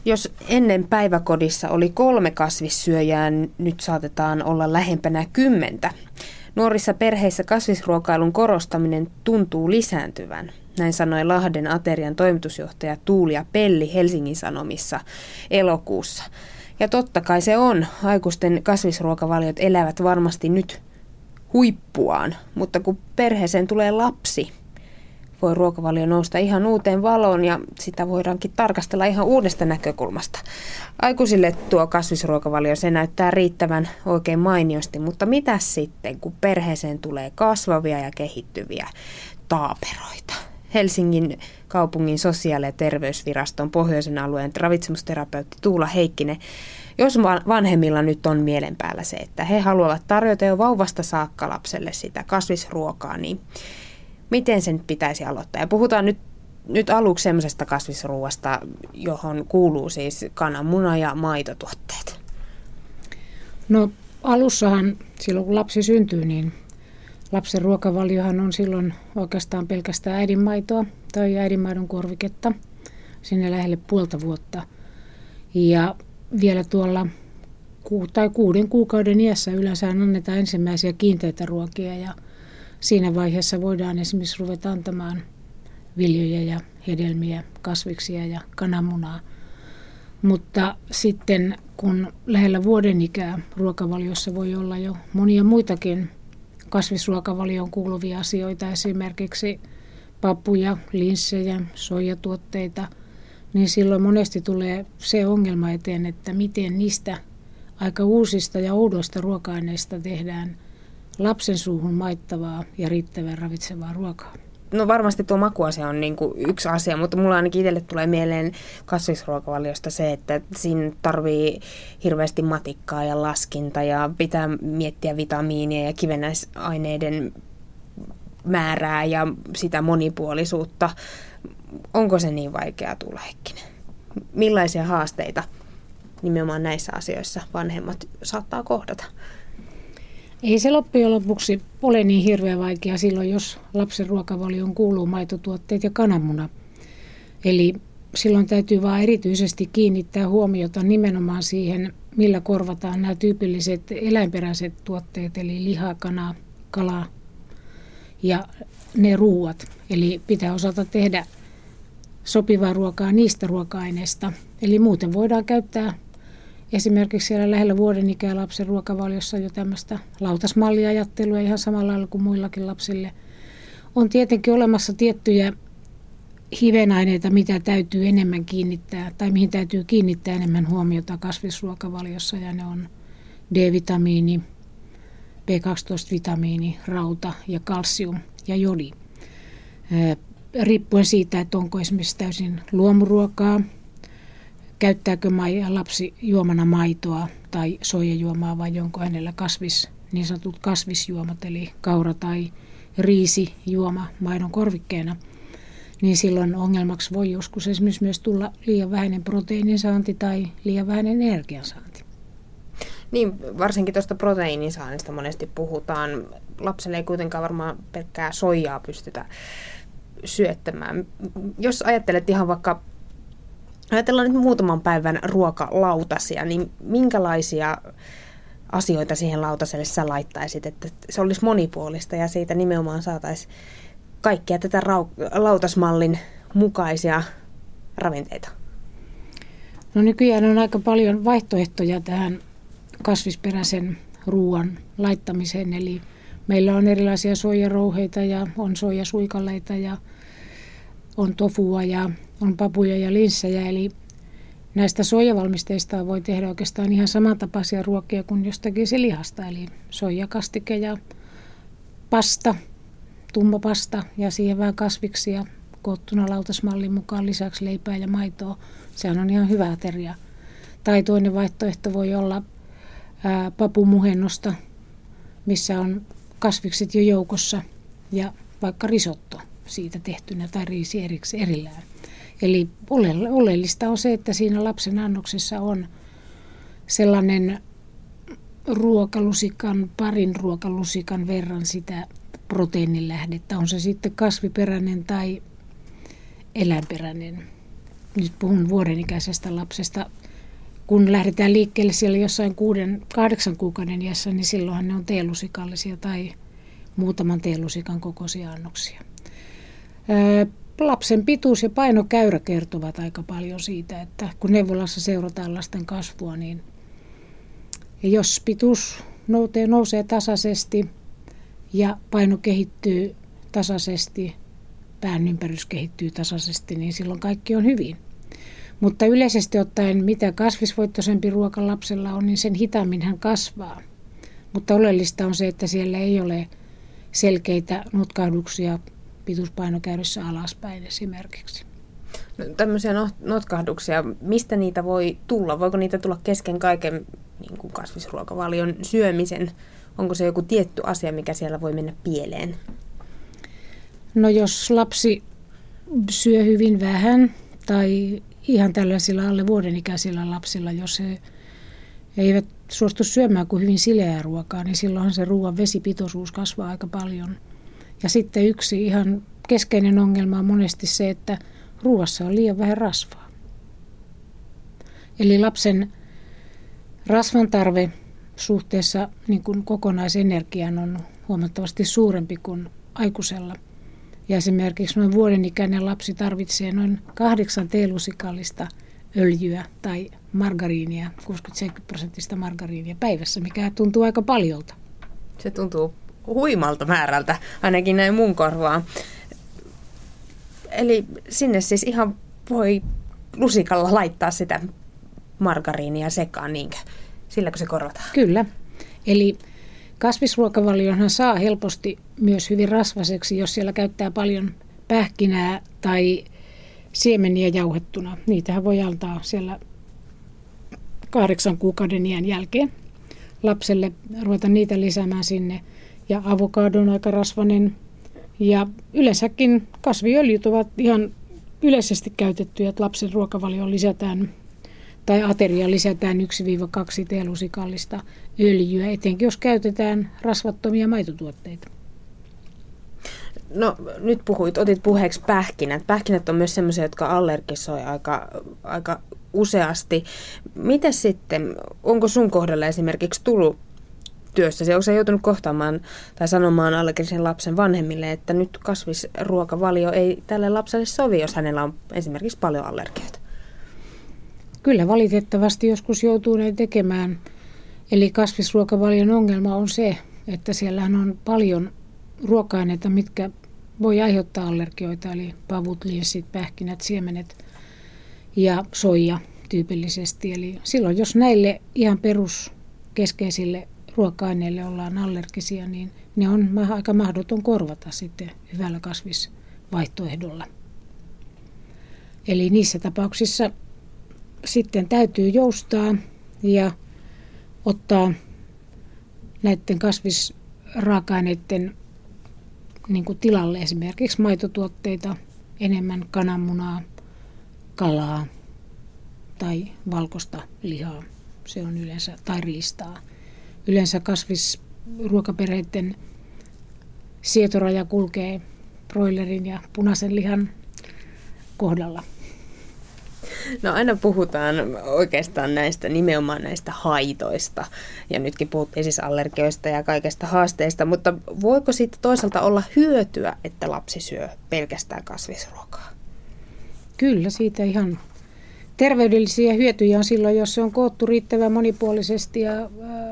Jos ennen päiväkodissa oli 3 kasvissyöjää, nyt saatetaan olla lähempänä 10. Nuorissa perheissä kasvisruokailun korostaminen tuntuu lisääntyvän. Näin sanoi Lahden aterian toimitusjohtaja Tuulia Pelli Helsingin Sanomissa elokuussa. Ja totta kai se on. Aikuisten kasvisruokavaliot elävät varmasti nyt huippuaan, mutta kun perheeseen tulee lapsi, voi ruokavalio nousta ihan uuteen valoon ja sitä voidaankin tarkastella ihan uudesta näkökulmasta. Aikuisille tuo kasvisruokavalio, se näyttää riittävän oikein mainiosti, mutta mitä sitten, kun perheeseen tulee kasvavia ja kehittyviä taaperoita? Helsingin kaupungin sosiaali- ja terveysviraston pohjoisen alueen ravitsemusterapeutti Tuula Heikkinen. Jos vanhemmilla nyt on mielen päällä se, että he haluavat tarjota jo vauvasta saakka lapselle sitä kasvisruokaa, niin miten sen pitäisi aloittaa? Ja puhutaan nyt aluksi semmoisesta kasvisruuasta, johon kuuluu siis kananmuna ja maitotuotteet. No alussahan, silloin kun lapsi syntyy, niin lapsen ruokavaliohan on silloin oikeastaan pelkästään äidinmaitoa tai äidinmaidon korviketta sinne lähelle 0,5 vuotta. Ja vielä tuolla 6 kuukauden iässä yleensä annetaan ensimmäisiä kiinteitä ruokia ja siinä vaiheessa voidaan esimerkiksi ruveta antamaan viljoja ja hedelmiä, kasviksia ja kananmunaa. Mutta sitten kun lähellä vuoden ikää ruokavaliossa voi olla jo monia muitakin kasvisruokavalioon kuuluvia asioita, esimerkiksi papuja, linssejä, soijatuotteita, niin silloin monesti tulee se ongelma eteen, että miten niistä aika uusista ja oudoista ruoka-aineista tehdään lapsen suuhun maittavaa ja riittävän ravitsevaa ruokaa. No varmasti tuo makuasia on niin kuin yksi asia, mutta mulla ainakin itselle tulee mieleen kasvisruokavaliosta se, että siinä tarvii hirveästi matikkaa ja laskinta ja pitää miettiä vitamiinia ja kivennäisaineiden määrää ja sitä monipuolisuutta. Onko se niin vaikeaa, Tuula Heikkinen? Millaisia haasteita nimenomaan näissä asioissa vanhemmat saattaa kohdata? Ei se loppujen lopuksi ole niin hirveän vaikea silloin, jos lapsen ruokavalioon kuuluu maitotuotteet ja kananmuna. Eli silloin täytyy vaan erityisesti kiinnittää huomiota nimenomaan siihen, millä korvataan nämä tyypilliset eläinperäiset tuotteet, eli liha, kana, kala ja ne ruuat. Eli pitää osata tehdä sopivaa ruokaa niistä ruoka-aineista. Eli muuten voidaan käyttää esimerkiksi siellä lähellä vuoden ikää lapsen ruokavaliossa jo tämmöistä lautasmalliajattelua ihan samalla lailla kuin muillakin lapsille. On tietenkin olemassa tiettyjä hivenaineita, mitä täytyy enemmän kiinnittää tai mihin täytyy kiinnittää enemmän huomiota kasvisruokavaliossa ja ne on D-vitamiini, B12-vitamiini, rauta ja kalsium ja jodi. Riippuen siitä, että onko esimerkiksi täysin luomuruokaa, käyttääkö lapsi juomana maitoa tai soijajuomaa vai onko hänellä niin sanotut kasvisjuomat eli kaura tai riisijuoma maidon korvikkeena, niin silloin ongelmaksi voi joskus esimerkiksi myös tulla liian vähäinen proteiininsaanti tai liian vähäinen energiansaanti. Niin, varsinkin tuosta proteiininsaannista monesti puhutaan. Lapselle ei kuitenkaan varmaan pelkkää soijaa pystytä syöttämään. Jos ajattelet ihan vaikka, ajatellaan nyt muutaman päivän ruokalautasia, niin minkälaisia asioita siihen lautaselle sä laittaisit, että se olisi monipuolista ja siitä nimenomaan saataisiin kaikkia tätä lautasmallin mukaisia ravinteita? No nykyään on aika paljon vaihtoehtoja tähän kasvisperäisen ruoan laittamiseen, eli meillä on erilaisia soijarouheita ja on soijasuikaleita ja on tofua ja on papuja ja linssejä, eli näistä soijavalmisteista voi tehdä oikeastaan ihan samantapaisia ruokia kuin jostakin se lihasta, eli soijakastike ja pasta, tumma pasta ja siihen vähän kasviksia koottuna lautasmallin mukaan lisäksi leipää ja maitoa. Sehän on ihan hyvä ateria. Tai toinen vaihtoehto voi olla papumuhennosta, missä on kasvikset jo joukossa ja vaikka risotto siitä tehtynä tai riisi erillään. Eli oleellista on se, että siinä lapsen annoksessa on sellainen parin ruokalusikan verran sitä proteiinilähdettä. On se sitten kasviperäinen tai eläinperäinen. nyt puhun vuodenikäisestä lapsesta, kun lähdetään liikkeelle siellä jossain 6-8 kuukauden iässä, niin silloinhan ne on teelusikallisia tai muutaman teelusikan kokoisia annoksia. Lapsen pituus ja painokäyrä kertovat aika paljon siitä, että kun neuvolassa seurataan lasten kasvua, niin jos pituus nousee tasaisesti ja paino kehittyy tasaisesti, pään ympärys kehittyy tasaisesti, niin silloin kaikki on hyvin. Mutta yleisesti ottaen, mitä kasvisvoittoisempi ruoka lapsella on, niin sen hitaammin hän kasvaa. Mutta oleellista on se, että siellä ei ole selkeitä notkahduksia pituuspainokäyrässä alaspäin esimerkiksi. No, tämmöisiä notkahduksia, mistä niitä voi tulla? Voiko niitä tulla kesken kaiken niin kuin kasvisruokavalion syömisen? Onko se joku tietty asia, mikä siellä voi mennä pieleen? No jos lapsi syö hyvin vähän tai ihan tällaisilla alle vuodenikäisillä lapsilla, jos he eivät suostu syömään kuin hyvin sileää ruokaa, niin silloinhan se ruoan vesipitoisuus kasvaa aika paljon. Ja sitten yksi ihan keskeinen ongelma on monesti se, että ruoassa on liian vähän rasvaa. Eli lapsen rasvan tarve suhteessa niin kuin kokonaisenergiaan on huomattavasti suurempi kuin aikuisella. Ja esimerkiksi noin vuodenikäinen lapsi tarvitsee noin 8 teelusikallista öljyä tai margariinia, 60-70% margariinia päivässä, mikä tuntuu aika paljolta. Se tuntuu huimalta määrältä, ainakin näin mun korvaan. Eli sinne siis ihan voi lusikalla laittaa sitä margariinia sekaan, niinkö? Silläkö se korvataan? Kyllä. Eli kasvisruokavalionhan saa helposti myös hyvin rasvaseksi, jos siellä käyttää paljon pähkinää tai siemeniä jauhettuna. Niitähän voi antaa siellä 8 kuukauden iän jälkeen lapselle, ruveta niitä lisäämään sinne. Ja avokado on aika rasvainen. Ja yleensäkin kasviöljyt ovat ihan yleisesti käytettyjä, että lapsen ruokavalioon lisätään tai ateriaan lisätään 1-2 teelusikallista öljyä, etenkin jos käytetään rasvattomia maitotuotteita. No nyt otit puheeksi pähkinät. Pähkinät on myös sellaisia, jotka allergisoi aika useasti. Miten sitten, onko sun kohdalla esimerkiksi tullut työssäsi, onko sä joutunut kohtaamaan tai sanomaan allergisen lapsen vanhemmille, että nyt kasvisruokavalio ei tälle lapselle sovi, jos hänellä on esimerkiksi paljon allergioita? Kyllä valitettavasti joskus joutuu näin tekemään. Eli kasvisruokavalion ongelma on se, että siellähän on paljon ruoka-aineita, mitkä voi aiheuttaa allergioita, eli pavut, linssit, pähkinät, siemenet ja soija tyypillisesti. Eli silloin, jos näille ihan peruskeskeisille ruoka-aineille ollaan allergisia, niin ne on aika mahdoton korvata sitten hyvällä kasvisvaihtoehdolla. Eli niissä tapauksissa sitten täytyy joustaa ja ottaa näiden kasvisraaka-aineiden niin kuin tilalle esimerkiksi maitotuotteita, enemmän kananmunaa, kalaa tai valkoista lihaa, se on yleensä, tai riistaa. Yleensä kasvisruokaperheiden sietoraja kulkee broilerin ja punaisen lihan kohdalla. No aina puhutaan oikeastaan nimenomaan näistä haitoista. Ja nytkin puhuttiin siis allergioista ja kaikesta haasteista, mutta voiko siitä toisaalta olla hyötyä, että lapsi syö pelkästään kasvisruokaa? Kyllä, siitä ihan terveydellisiä hyötyjä on silloin, jos se on koottu riittävän monipuolisesti ja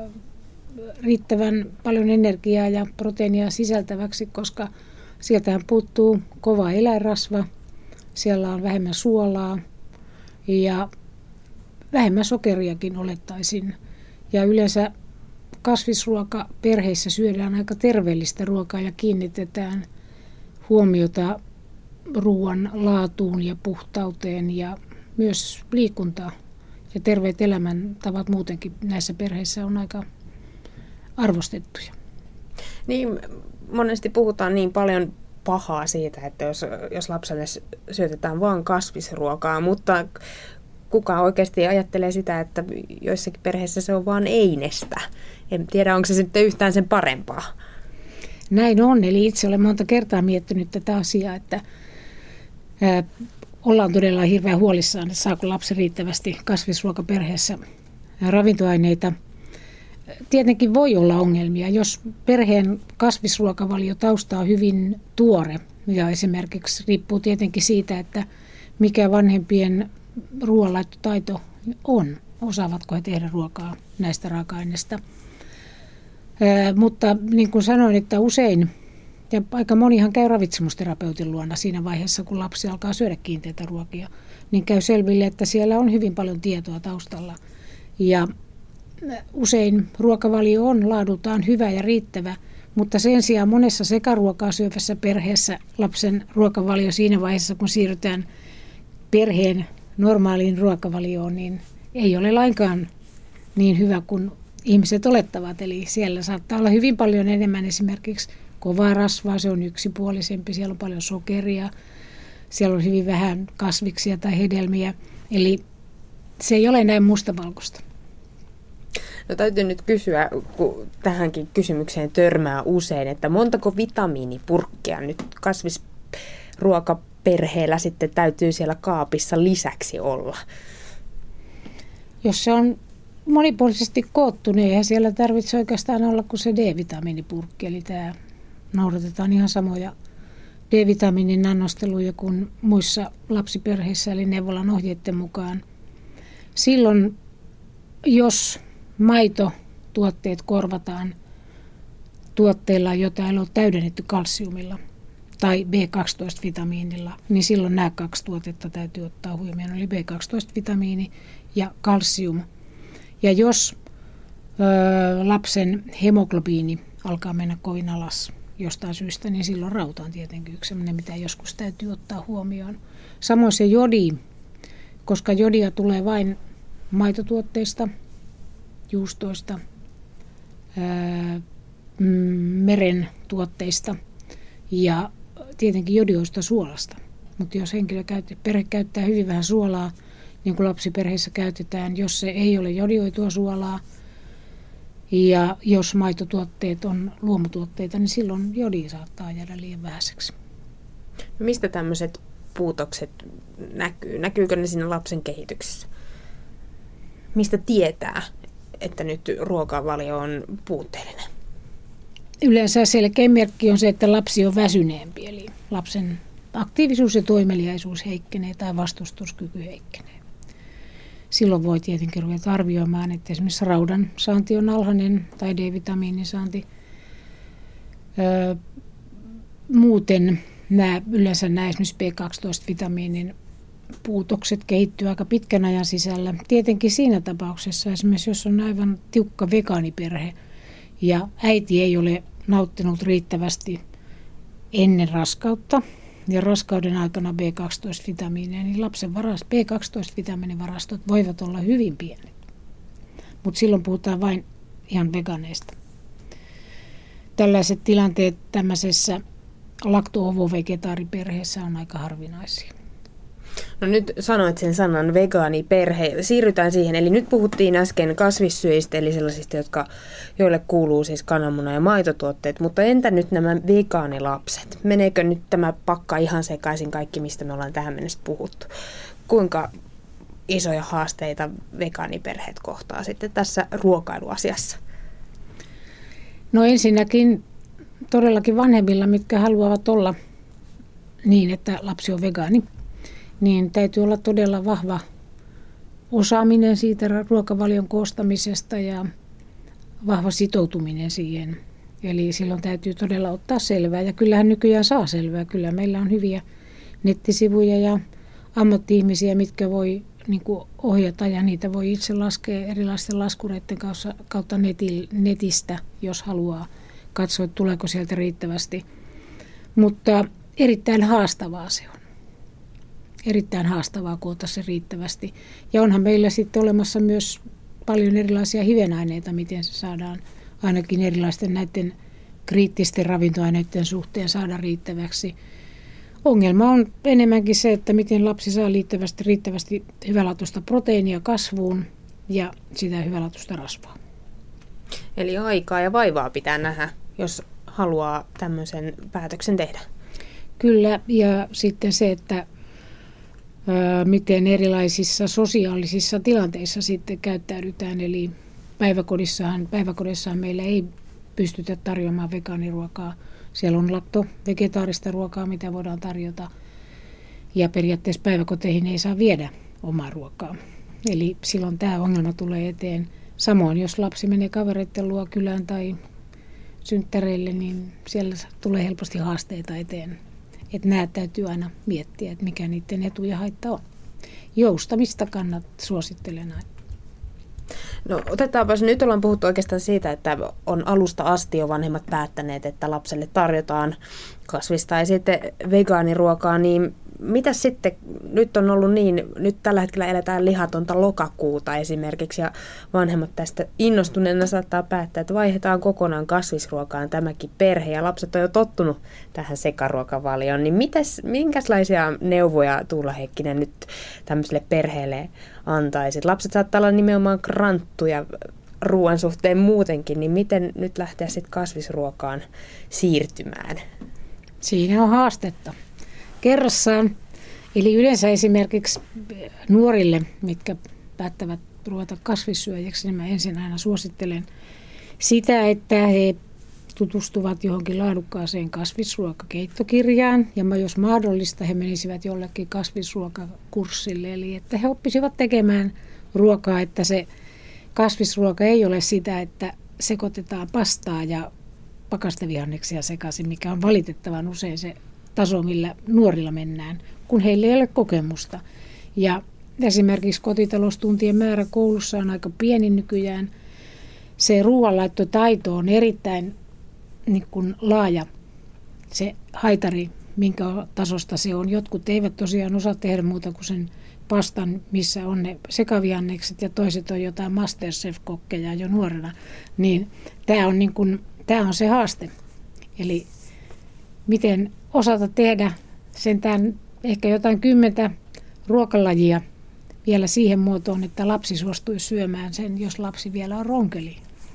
riittävän paljon energiaa ja proteiinia sisältäväksi, koska sieltähän puuttuu kova eläinrasva, siellä on vähemmän suolaa ja vähemmän sokeriakin olettaisin. Ja yleensä kasvisruokaperheissä syödään aika terveellistä ruokaa ja kiinnitetään huomiota ruoan laatuun ja puhtauteen ja myös liikunta ja terveet elämäntavat muutenkin näissä perheissä on aika arvostettuja. Niin, monesti puhutaan niin paljon pahaa siitä, että jos lapselle syötetään vain kasvisruokaa, mutta kuka oikeasti ajattelee sitä, että joissakin perheissä se on vain einestä. En tiedä, onko se sitten yhtään sen parempaa. Näin on, eli itse olen monta kertaa miettinyt tätä asiaa, että ollaan todella hirveän huolissaan, että saako lapsi riittävästi kasvisruokaperheessä ravintoaineita. Tietenkin voi olla ongelmia, jos perheen kasvisruokavaliotausta on hyvin tuore ja esimerkiksi riippuu tietenkin siitä, että mikä vanhempien ruoanlaittotaito on. Osaavatko he tehdä ruokaa näistä raaka-aineista. Mutta niin kuin sanoin, että usein, ja aika monihan käy ravitsemusterapeutin luona siinä vaiheessa, kun lapsi alkaa syödä kiinteitä ruokia, niin käy selville, että siellä on hyvin paljon tietoa taustalla. Ja usein ruokavalio on laadultaan hyvä ja riittävä, mutta sen sijaan monessa sekaruokaa syövässä perheessä lapsen ruokavalio siinä vaiheessa, kun siirrytään perheen normaaliin ruokavalioon, niin ei ole lainkaan niin hyvä kuin ihmiset olettavat. Eli siellä saattaa olla hyvin paljon enemmän esimerkiksi kovaa rasvaa, se on yksipuolisempi, siellä on paljon sokeria, siellä on hyvin vähän kasviksia tai hedelmiä. Eli se ei ole näin mustavalkoista. No täytyy nyt kysyä, kun tähänkin kysymykseen törmää usein, että montako vitamiinipurkkia nyt kasvisruokaperheellä sitten täytyy siellä kaapissa lisäksi olla? Jos se on monipuolisesti koottu, niin eihän siellä tarvitse oikeastaan olla kuin se D-vitamiinipurkki. Eli tämä noudatetaan ihan samoja D-vitamiinin annosteluja kuin muissa lapsiperheissä, eli neuvolan ohjeiden mukaan. Silloin, jos maitotuotteet korvataan tuotteilla, joita ei ole täydennetty kalsiumilla tai B12-vitamiinilla, niin silloin nämä kaksi tuotetta täytyy ottaa huomioon, eli B12-vitamiini ja kalsium. Ja jos lapsen hemoglobiini alkaa mennä kovin alas jostain syystä, niin silloin rauta on tietenkin yksi sellainen, mitä joskus täytyy ottaa huomioon. Samoin se jodi, koska jodia tulee vain maitotuotteista, juustoista, meren tuotteista ja tietenkin jodioista suolasta. Mutta jos perhe käyttää hyvin vähän suolaa, niin kuin lapsiperheissä käytetään, jos se ei ole jodioitua suolaa ja jos maitotuotteet on luomutuotteita, niin silloin jodi saattaa jäädä liian vähäiseksi. No mistä tämmöiset puutokset näkyy? Näkyykö ne siinä lapsen kehityksessä? Mistä tietää, että nyt ruokavalio on puutteellinen? Yleensä selkein merkki on se, että lapsi on väsyneempi, eli lapsen aktiivisuus ja toimeliaisuus heikkenee tai vastustuskyky heikkenee. Silloin voi tietenkin ruveta arvioimaan, että esimerkiksi raudan saanti on alhainen tai D-vitamiinin saanti. Muuten yleensä esimerkiksi B12-vitamiinin puutokset kehittyy aika pitkän ajan sisällä. Tietenkin siinä tapauksessa esimerkiksi, jos on aivan tiukka vegaaniperhe ja äiti ei ole nauttinut riittävästi ennen raskautta ja raskauden aikana B12-vitamiineja, niin lapsen B12-vitamiinivarastot voivat olla hyvin pienet. Mutta silloin puhutaan vain ihan veganeista. Tällaiset tilanteet tämmöisessä lakto-ovo-vegetaariperheessä on aika harvinaisia. No nyt sanoit sen sanan vegaaniperhe. Siirrytään siihen. Eli nyt puhuttiin äsken kasvissyöjistä, eli sellaisista, joille kuuluu siis kananmuna- ja maitotuotteet. Mutta entä nyt nämä vegaanilapset? Meneekö nyt tämä pakka ihan sekaisin kaikki, mistä me ollaan tähän mennessä puhuttu? Kuinka isoja haasteita vegaaniperheet kohtaa sitten tässä ruokailuasiassa? No ensinnäkin todellakin vanhemmilla, mitkä haluavat olla niin, että lapsi on vegaani, niin täytyy olla todella vahva osaaminen siitä ruokavalion koostamisesta ja vahva sitoutuminen siihen. Eli silloin täytyy todella ottaa selvää, ja kyllähän nykyään saa selvää. Kyllä meillä on hyviä nettisivuja ja ammatti-ihmisiä, mitkä voi ohjata, ja niitä voi itse laskea erilaisten laskureiden kautta netistä, jos haluaa katsoa, että tuleeko sieltä riittävästi. Mutta erittäin haastavaa se on. Erittäin haastavaa koota se riittävästi. Ja onhan meillä sitten olemassa myös paljon erilaisia hivenaineita, miten se saadaan ainakin erilaisten näiden kriittisten ravintoaineiden suhteen saada riittäväksi. Ongelma on enemmänkin se, että miten lapsi saa riittävästi hyvälaatuista proteiinia kasvuun ja sitä hyvälaatuista rasvaa. Eli aikaa ja vaivaa pitää nähdä, jos haluaa tämmöisen päätöksen tehdä. Kyllä, ja sitten se, että miten erilaisissa sosiaalisissa tilanteissa sitten käyttäydytään. Eli päiväkodissahan meillä ei pystytä tarjoamaan vegaaniruokaa. Siellä on vegetaarista ruokaa, mitä voidaan tarjota. Ja periaatteessa päiväkoteihin ei saa viedä omaa ruokaa. Eli silloin tämä ongelma tulee eteen. Samoin jos lapsi menee kavereiden luo kylään tai synttäreille, niin siellä tulee helposti haasteita eteen. Että nämä täytyy aina miettiä, että mikä niiden etu ja haitta on. Joustamista suosittelen aina. No otetaanpas, nyt ollaan puhuttu oikeastaan siitä, että on alusta asti jo vanhemmat päättäneet, että lapselle tarjotaan kasvista ja sitten vegaaniruokaa, niin mitä sitten, nyt on ollut niin, nyt tällä hetkellä eletään lihatonta lokakuuta esimerkiksi ja vanhemmat tästä innostuneena saattaa päättää, että vaihdetaan kokonaan kasvisruokaan tämäkin perhe ja lapset on jo tottunut tähän sekaruokavalioon, niin minkälaisia neuvoja Tuula Heikkinen nyt tämmöiselle perheelle antaisit? Lapset saattaa olla nimenomaan kranttuja ruoan suhteen muutenkin, niin miten nyt lähteä sitten kasvisruokaan siirtymään? Siinä on haastetta kerrassaan. Eli yleensä esimerkiksi nuorille, mitkä päättävät ruveta kasvissyöjäksi, niin mä ensin aina suosittelen sitä, että he tutustuvat johonkin laadukkaaseen kasvisruokakeittokirjaan. Ja jos mahdollista, he menisivät jollekin kasvisruokakurssille. Eli että he oppisivat tekemään ruokaa, että se kasvisruoka ei ole sitä, että sekoitetaan pastaa ja pakastevihanneksia sekaisin, mikä on valitettavan usein se taso, millä nuorilla mennään, kun heillä ei ole kokemusta. Ja esimerkiksi kotitaloustuntien määrä koulussa on aika pieni nykyään. Se ruoanlaittotaito on erittäin niin kuin laaja, se haitari, minkä tasosta se on. Jotkut eivät tosiaan osaa tehdä muuta kuin sen pastan, missä on ne sekavihannekset ja toiset on jotain Masterchef-kokkeja jo nuorena. Niin tämä on se haaste. Eli miten osata tehdä sentään ehkä jotain 10 ruokalajia vielä siihen muotoon, että lapsi suostuisi syömään sen, jos lapsi vielä on ronkeli.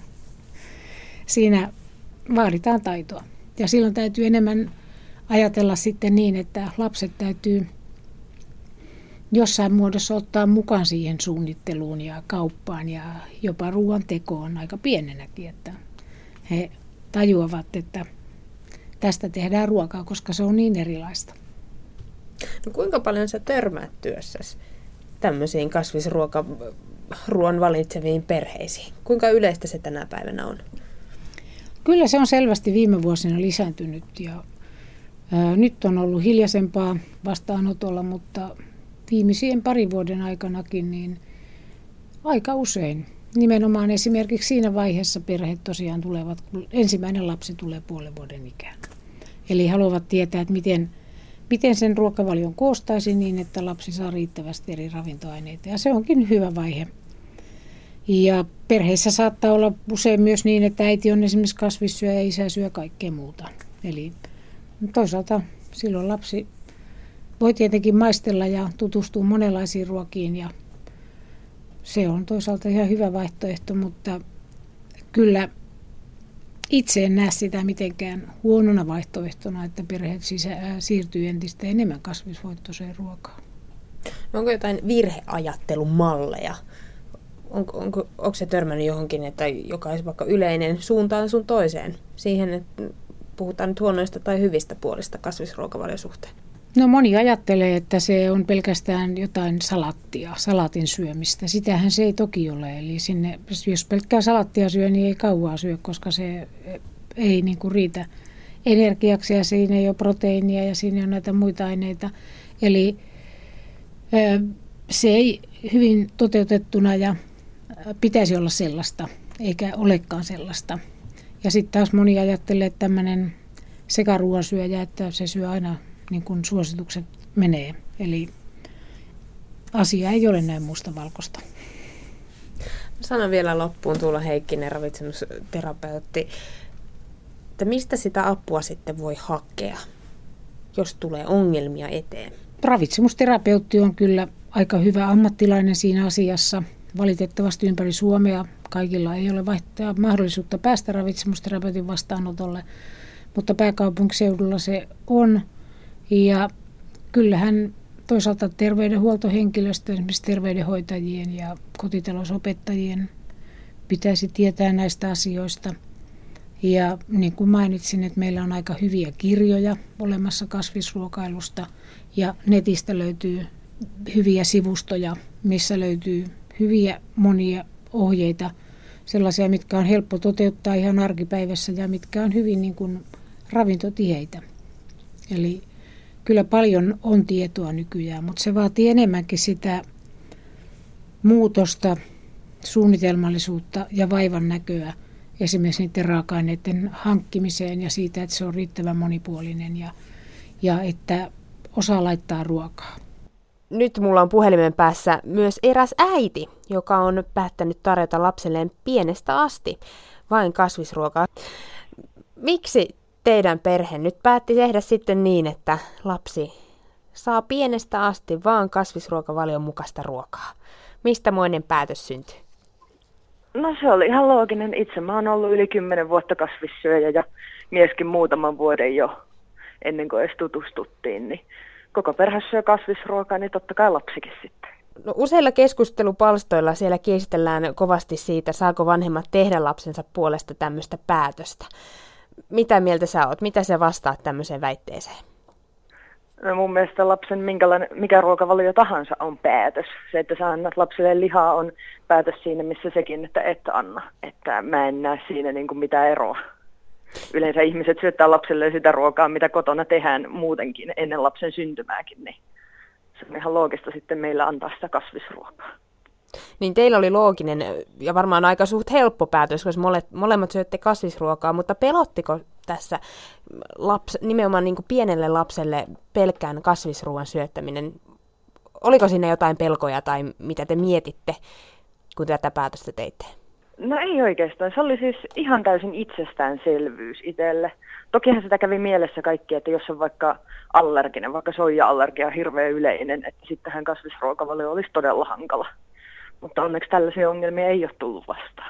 Siinä vaaditaan taitoa. Ja silloin täytyy enemmän ajatella sitten niin, että lapset täytyy jossain muodossa ottaa mukaan siihen suunnitteluun ja kauppaan ja jopa ruoan tekoon aika pienenäkin, että he tajuavat, että tästä tehdään ruokaa, koska se on niin erilaista. No kuinka paljon sä törmäät työssäsi tämmöisiin kasvisruoan valitseviin perheisiin? Kuinka yleistä se tänä päivänä on? Kyllä se on selvästi viime vuosina lisääntynyt ja nyt on ollut hiljaisempaa vastaanotolla, mutta viimeisien parin vuoden aikanakin niin aika usein. Nimenomaan esimerkiksi siinä vaiheessa perheet tosiaan tulevat, kun ensimmäinen lapsi tulee 0,5 vuoden ikään. Eli haluavat tietää, että miten sen ruokavalion koostaisi niin, että lapsi saa riittävästi eri ravintoaineita. Ja se onkin hyvä vaihe. Ja perheissä saattaa olla usein myös niin, että äiti on esimerkiksi kasvissyöjä ja isä syö kaikkea muuta. Eli toisaalta silloin lapsi voi tietenkin maistella ja tutustua monenlaisiin ruokiin ja se on toisaalta ihan hyvä vaihtoehto, mutta kyllä itse en näe sitä mitenkään huonona vaihtoehtona, että perheet siirtyy entistä enemmän kasvisvoittoiseen ruokaan. No onko jotain virheajattelumalleja? Onko se törmännyt johonkin, että joka olisi vaikka yleinen suuntaan sun toiseen siihen, että puhutaan nyt huonoista tai hyvistä puolista kasvisruokavaliosuhteen? No moni ajattelee, että se on pelkästään jotain salaatin syömistä. Sitähän se ei toki ole. Eli sinne, jos pelkkää salaattia syö, niin ei kauaa syö, koska se ei niin kuin riitä energiaksi ja siinä ei ole proteiinia ja siinä on näitä muita aineita. Eli se ei hyvin toteutettuna ja pitäisi olla sellaista, eikä olekaan sellaista. Ja sitten taas moni ajattelee, että tämmöinen sekaruoan syöjä, että se syö aina niin kuin suositukset menee. Eli asia ei ole näin mustavalkoista. Sanon vielä loppuun Tuula Heikkinen, ravitsemusterapeutti, että mistä sitä apua sitten voi hakea, jos tulee ongelmia eteen? Ravitsemusterapeutti on kyllä aika hyvä ammattilainen siinä asiassa. Valitettavasti ympäri Suomea kaikilla ei ole mahdollisuutta päästä ravitsemusterapeutin vastaanotolle, mutta pääkaupunkiseudulla se on. Ja kyllähän toisaalta terveydenhuoltohenkilöstö, esimerkiksi terveydenhoitajien ja kotitalousopettajien pitäisi tietää näistä asioista. Ja niin kuin mainitsin, että meillä on aika hyviä kirjoja olemassa kasvisruokailusta ja netistä löytyy hyviä sivustoja, missä löytyy hyviä monia ohjeita, sellaisia, mitkä on helppo toteuttaa ihan arkipäivässä ja mitkä on hyvin niin kuin ravintotiheitä. Eli kyllä paljon on tietoa nykyään, mutta se vaatii enemmänkin sitä muutosta, suunnitelmallisuutta ja vaivan näköä esimerkiksi niiden raaka-aineiden hankkimiseen ja siitä, että se on riittävän monipuolinen ja että osaa laittaa ruokaa. Nyt mulla on puhelimen päässä myös eräs äiti, joka on päättänyt tarjota lapselleen pienestä asti vain kasvisruokaa. Miksi teidän perhe nyt päätti tehdä sitten niin, että lapsi saa pienestä asti vaan kasvisruokavalion mukaista ruokaa? Mistä moinen päätös syntyi? No se oli ihan looginen. Itse mä oon ollut yli 10 vuotta kasvissyöjä ja mieskin muutaman vuoden jo ennen kuin edes tutustuttiin. Niin koko perhe syö kasvisruokaa, niin totta kai lapsikin sitten. No, useilla keskustelupalstoilla siellä kiistellään kovasti siitä, saako vanhemmat tehdä lapsensa puolesta tämmöistä päätöstä. Mitä mieltä sä oot? Mitä sä vastaat tämmöiseen väitteeseen? No mun mielestä lapsen mikä ruokavalio tahansa on päätös. Se, että sä annat lapselle lihaa, on päätös siinä, missä sekin, että et anna. Että mä en näe siinä niin kuin mitään eroa. Yleensä ihmiset syöttää lapselle sitä ruokaa, mitä kotona tehdään muutenkin ennen lapsen syntymääkin. Niin se on ihan loogista sitten meillä antaa sitä kasvisruokaa. Niin teillä oli looginen ja varmaan aika suht helppo päätös, koska molemmat syötte kasvisruokaa, mutta pelottiko tässä nimenomaan niin kuin pienelle lapselle pelkkään kasvisruoan syöttäminen? Oliko siinä jotain pelkoja tai mitä te mietitte, kun tätä päätöstä teitte? No ei oikeastaan. Se oli siis ihan täysin itsestäänselvyys itselle. Tokihan sitä kävi mielessä kaikki, että jos on vaikka allerginen, vaikka soija-allergia on hirveän yleinen, että sittenhän kasvisruokavalio olisi todella hankala. Mutta onneksi tällaisia ongelmia ei ole tullut vastaan.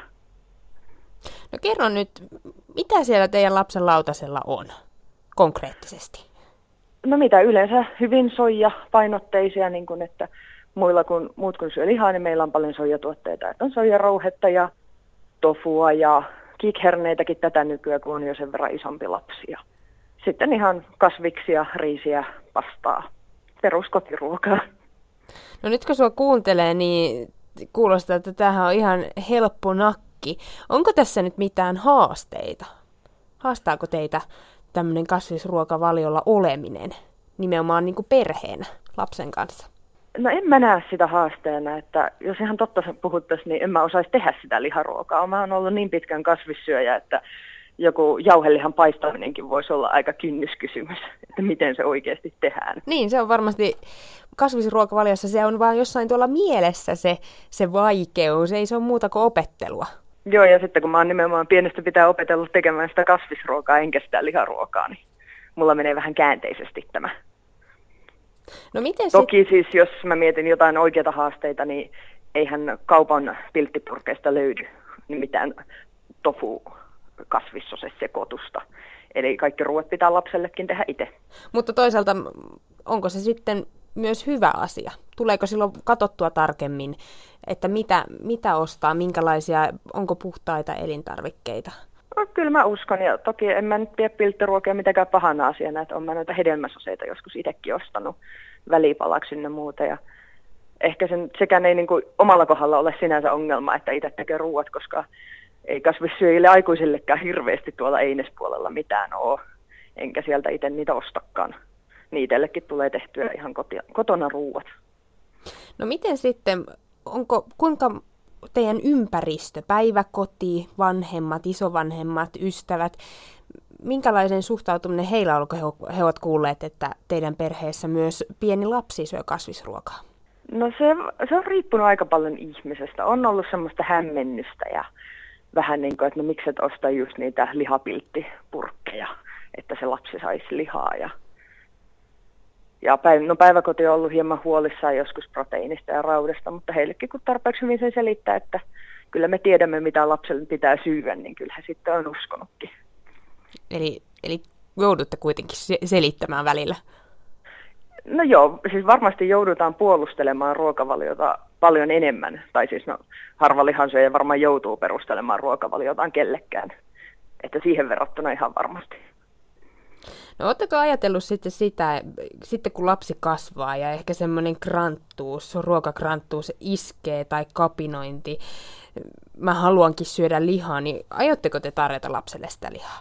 No kerro nyt, mitä siellä teidän lapsen lautasella on konkreettisesti? No mitä yleensä hyvin soija-painotteisia, niin kuin että muut kun syö lihaa, niin meillä on paljon soijatuotteita. Että on soijarouhetta ja tofua ja kikherneitäkin tätä nykyään, kun on jo sen verran isompi lapsi. Ja sitten ihan kasviksia, riisiä, pastaa, peruskotiruokaa. No nyt kun sua kuuntelee, niin kuulostaa, että tämähän on ihan helppo nakki. Onko tässä nyt mitään haasteita? Haastaako teitä tämmöinen kasvisruokavaliolla oleminen nimenomaan niin kuin perheenä lapsen kanssa? No en mä näe sitä haasteena, että jos ihan totta puhuttaisiin, niin en mä osaisi tehdä sitä liharuokaa. Mä oon ollut niin pitkän kasvissyöjä, että joku jauhelihan paistaminenkin voisi olla aika kynnyskysymys, että miten se oikeasti tehdään. Niin, se on varmasti kasvisruokavaliossa, se on vaan jossain tuolla mielessä se vaikeus, ei se ole muuta kuin opettelua. Joo, ja sitten kun mä oon nimenomaan pienestä pitää opetella tekemään sitä kasvisruokaa enkä sitä liharuokaa, niin mulla menee vähän käänteisesti tämä. No miten Toki siis, jos mä mietin jotain oikeita haasteita, niin eihän kaupan pilttipurkeista löydy mitään tofu-kasvissosesekoitusta. Eli kaikki ruoat pitää lapsellekin tehdä itse. Mutta toisaalta onko se sitten myös hyvä asia? Tuleeko silloin katsottua tarkemmin, että mitä ostaa, minkälaisia, onko puhtaita elintarvikkeita? No, kyllä mä uskon, ja toki en mä nyt pidä pilttiruokia mitenkään pahana asiana, että on mä noita hedelmäsoseita joskus itsekin ostanut välipalaksi ynnä muuta, ja ehkä sekään ei niin kuin omalla kohdalla ole sinänsä ongelma, että itse tekee ruuat, koska ei kasvissyöjille aikuisillekään hirveästi tuolla einespuolella mitään ole, enkä sieltä itse niitä ostakaan. Niitellekin tulee tehtyä ihan kotona ruuat. No miten sitten, kuinka teidän ympäristö, päiväkoti, vanhemmat, isovanhemmat, ystävät, minkälaisen suhtautuminen heillä on, kun he ovat kuulleet, että teidän perheessä myös pieni lapsi syö kasvisruokaa? No se on riippunut aika paljon ihmisestä. On ollut semmoista hämmennystä ja vähän niin kuin, että no miksi et osta just niitä lihapilttipurkkeja, että se lapsi saisi lihaa. Ja päiväkoti on ollut hieman huolissaan joskus proteiinista ja raudasta, mutta heillekin kun tarpeeksi hyvin sen selittää, että kyllä me tiedämme mitä lapselle pitää syödä, niin kyllä he sitten on uskonutkin. Eli joudutte kuitenkin selittämään välillä? No joo, siis varmasti joudutaan puolustelemaan ruokavaliota paljon enemmän. Tai siis harva lihansyöjä varmaan joutuu perustelemaan ruokavaliotaan kellekään. Että siihen verrattuna ihan varmasti. No ootteko ajatellut sitten sitä, sitten kun lapsi kasvaa ja ehkä semmoinen kranttuus, ruokakranttuus iskee tai kapinointi, mä haluankin syödä lihaa, niin aiotteko te tarjota lapselle sitä lihaa?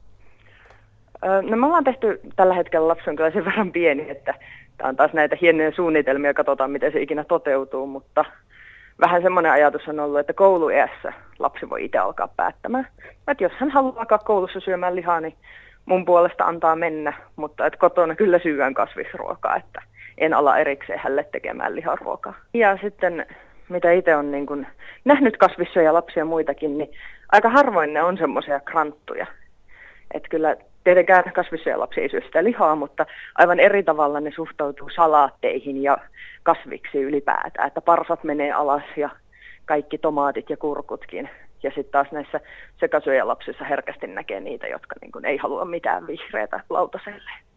No me ollaan tehty tällä hetkellä, lapsi on kyllä sen verran pieni, että tämä on taas näitä hienoja suunnitelmia, katsotaan miten se ikinä toteutuu, mutta vähän semmoinen ajatus on ollut, että kouluiässä lapsi voi itse alkaa päättämään. Että jos hän haluaa alkaa koulussa syömään lihaa, niin mun puolesta antaa mennä, mutta että kotona kyllä syön kasvisruokaa, että en ala erikseen hänelle tekemään liharuokaa. Ja sitten mitä itse on niin kun nähnyt kasvissyöjä lapsia muitakin, niin aika harvoin ne on semmoisia kranttuja. Että kyllä tietenkään kasvissyöjä lapsi ei syö sitä lihaa, mutta aivan eri tavalla ne suhtautuu salaatteihin ja kasviksi ylipäätään. Että parsat menee alas ja kaikki tomaatit ja kurkutkin. Ja sitten taas näissä sekasyöjälapsissa herkästi näkee niitä, jotka niin kun ei halua mitään vihreätä lautaselle.